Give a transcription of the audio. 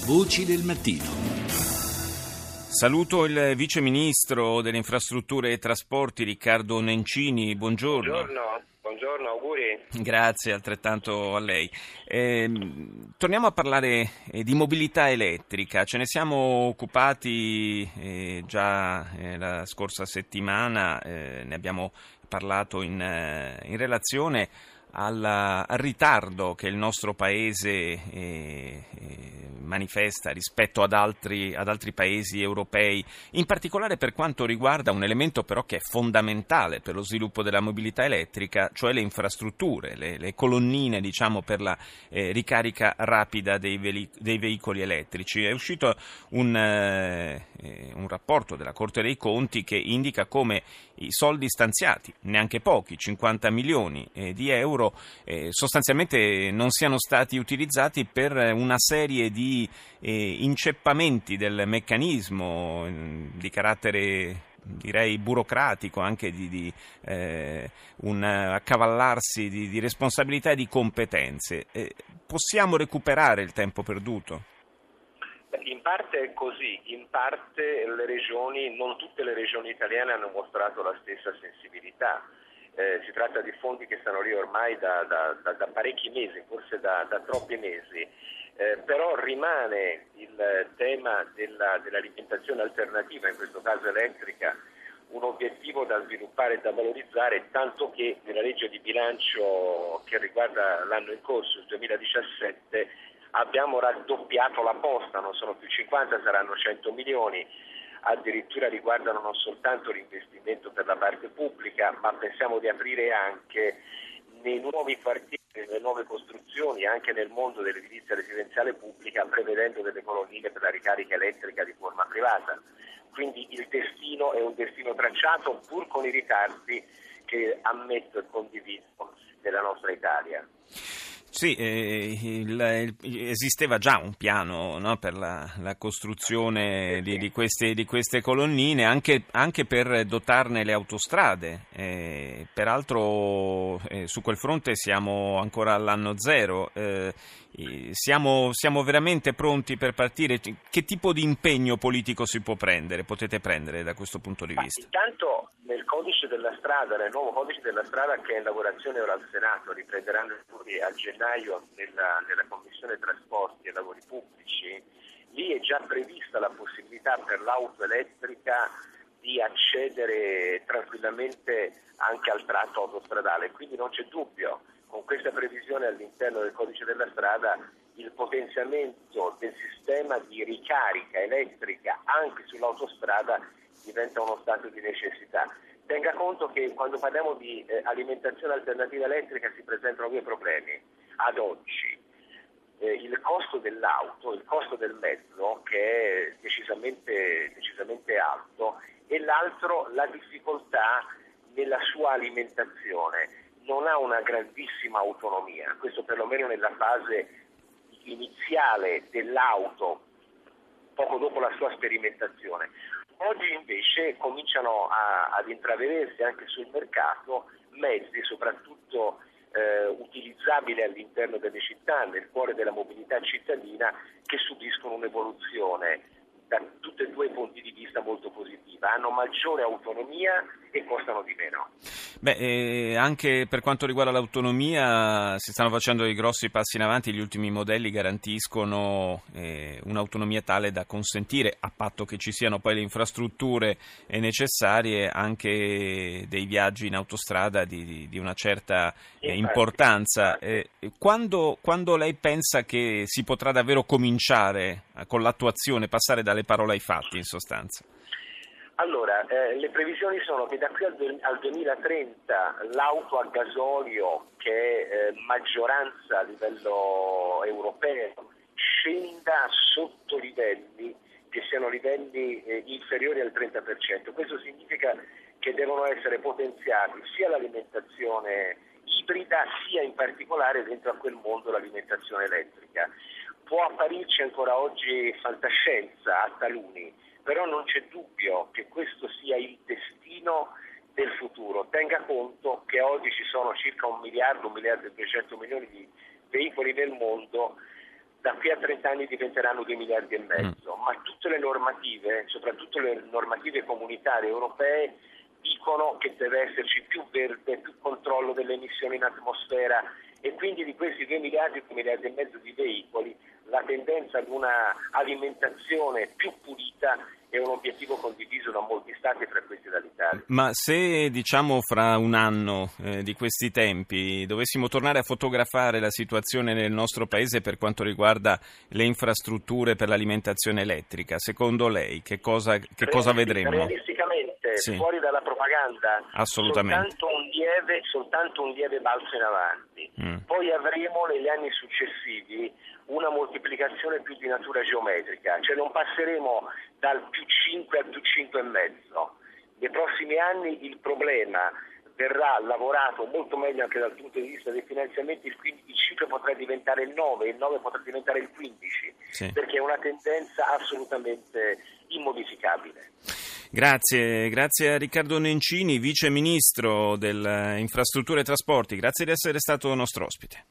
Voci del mattino. Saluto il Vice Ministro delle Infrastrutture e Trasporti, Riccardo Nencini. Buongiorno. Buongiorno, auguri. Grazie, altrettanto a lei. Torniamo a parlare di mobilità elettrica. Ce ne siamo occupati già la scorsa settimana, ne abbiamo parlato in relazione al ritardo che il nostro Paese manifesta rispetto ad altri paesi europei, in particolare per quanto riguarda un elemento però che è fondamentale per lo sviluppo della mobilità elettrica, cioè le infrastrutture, le colonnine, diciamo, per la ricarica rapida dei veicoli elettrici. È uscito un rapporto della Corte dei Conti che indica come i soldi stanziati, neanche pochi, 50 milioni di euro, sostanzialmente non siano stati utilizzati per una serie di inceppamenti del meccanismo di carattere, direi, burocratico, anche di un accavallarsi di responsabilità e di competenze. Possiamo recuperare il tempo perduto? In parte è così, in parte le regioni, non tutte le regioni italiane hanno mostrato la stessa sensibilità. Si tratta di fondi che stanno lì ormai da parecchi mesi, forse da troppi mesi, però rimane il tema dell'alimentazione alternativa, in questo caso elettrica, un obiettivo da sviluppare e da valorizzare, tanto che nella legge di bilancio che riguarda l'anno in corso, il 2017, abbiamo raddoppiato la posta, non sono più 50, saranno 100 milioni. Addirittura riguardano non soltanto l'investimento per la parte pubblica, ma pensiamo di aprire anche nei nuovi quartieri, nelle nuove costruzioni, anche nel mondo dell'edilizia residenziale pubblica, prevedendo delle colonnine per la ricarica elettrica di forma privata. Quindi il destino è un destino tracciato, pur con i ritardi che ammetto e condivido nella nostra Italia. Sì, esisteva già un piano, no, per la costruzione di queste colonnine, anche per dotarne le autostrade. Peraltro su quel fronte siamo ancora all'anno zero. Siamo veramente pronti per partire? Che tipo di impegno politico potete prendere da questo punto di vista? Intanto nel nuovo codice della strada che è in lavorazione ora al Senato, riprenderanno i lavori a gennaio nella Commissione Trasporti e Lavori Pubblici, lì è già prevista la possibilità per l'auto elettrica di accedere tranquillamente anche al tratto autostradale, quindi non c'è dubbio, con questa previsione all'interno del codice della strada, il potenziamento del sistema di ricarica elettrica anche sull'autostrada diventa uno stato di necessità. Tenga conto che quando parliamo di alimentazione alternativa elettrica si presentano due problemi. Ad oggi il costo dell'auto, il costo del mezzo, che è decisamente alto, e l'altro la difficoltà nella sua alimentazione. Non ha una grandissima autonomia, questo perlomeno nella fase iniziale dell'auto, poco dopo la sua sperimentazione. Oggi invece cominciano ad intravedersi anche sul mercato mezzi, soprattutto utilizzabili all'interno delle città, nel cuore della mobilità cittadina, che subiscono un'evoluzione da tutti e due i punti di vista molto positiva, hanno maggiore autonomia e costano di meno. Anche per quanto riguarda l'autonomia si stanno facendo dei grossi passi in avanti. Gli ultimi modelli garantiscono un'autonomia tale da consentire, a patto che ci siano poi le infrastrutture necessarie, anche dei viaggi in autostrada di una certa importanza. Quando lei pensa che si potrà davvero cominciare con l'attuazione, passare dalle parole ai fatti, in sostanza? Allora, le previsioni sono che da qui al 2030 l'auto a gasolio, che è maggioranza a livello europeo, scenda sotto livelli che siano livelli inferiori al 30%. Questo significa che devono essere potenziati sia l'alimentazione ibrida, sia in particolare dentro a quel mondo l'alimentazione elettrica. Può apparirci ancora oggi fantascienza a taluni, però non c'è dubbio che questo sia il destino del futuro. Tenga conto che oggi ci sono circa 1 miliardo e 200 milioni di veicoli nel mondo, da qui a 30 anni diventeranno 2 miliardi e mezzo, ma tutte le normative, soprattutto le normative comunitarie europee, dicono che deve esserci più verde, più controllo delle emissioni in atmosfera, e quindi di questi 2 miliardi e mezzo di veicoli la tendenza ad una alimentazione più pulita è un obiettivo condiviso da molti stati, tra questi dall'Italia. Ma se fra un anno di questi tempi dovessimo tornare a fotografare la situazione nel nostro paese per quanto riguarda le infrastrutture per l'alimentazione elettrica, secondo lei che cosa vedremo? Realisticamente, sì, fuori dalla propaganda, assolutamente, soltanto un lieve balzo in avanti. Poi avremo negli anni successivi una moltiplicazione più di natura geometrica, cioè non passeremo dal più 5 al più 5,5. Nei prossimi anni il problema verrà lavorato molto meglio anche dal punto di vista dei finanziamenti, il 5 potrà diventare il 9, il 9 potrà diventare il 15, sì, perché è una tendenza assolutamente immodificabile. Grazie a Riccardo Nencini, Vice Ministro delle Infrastrutture e Trasporti, grazie di essere stato nostro ospite.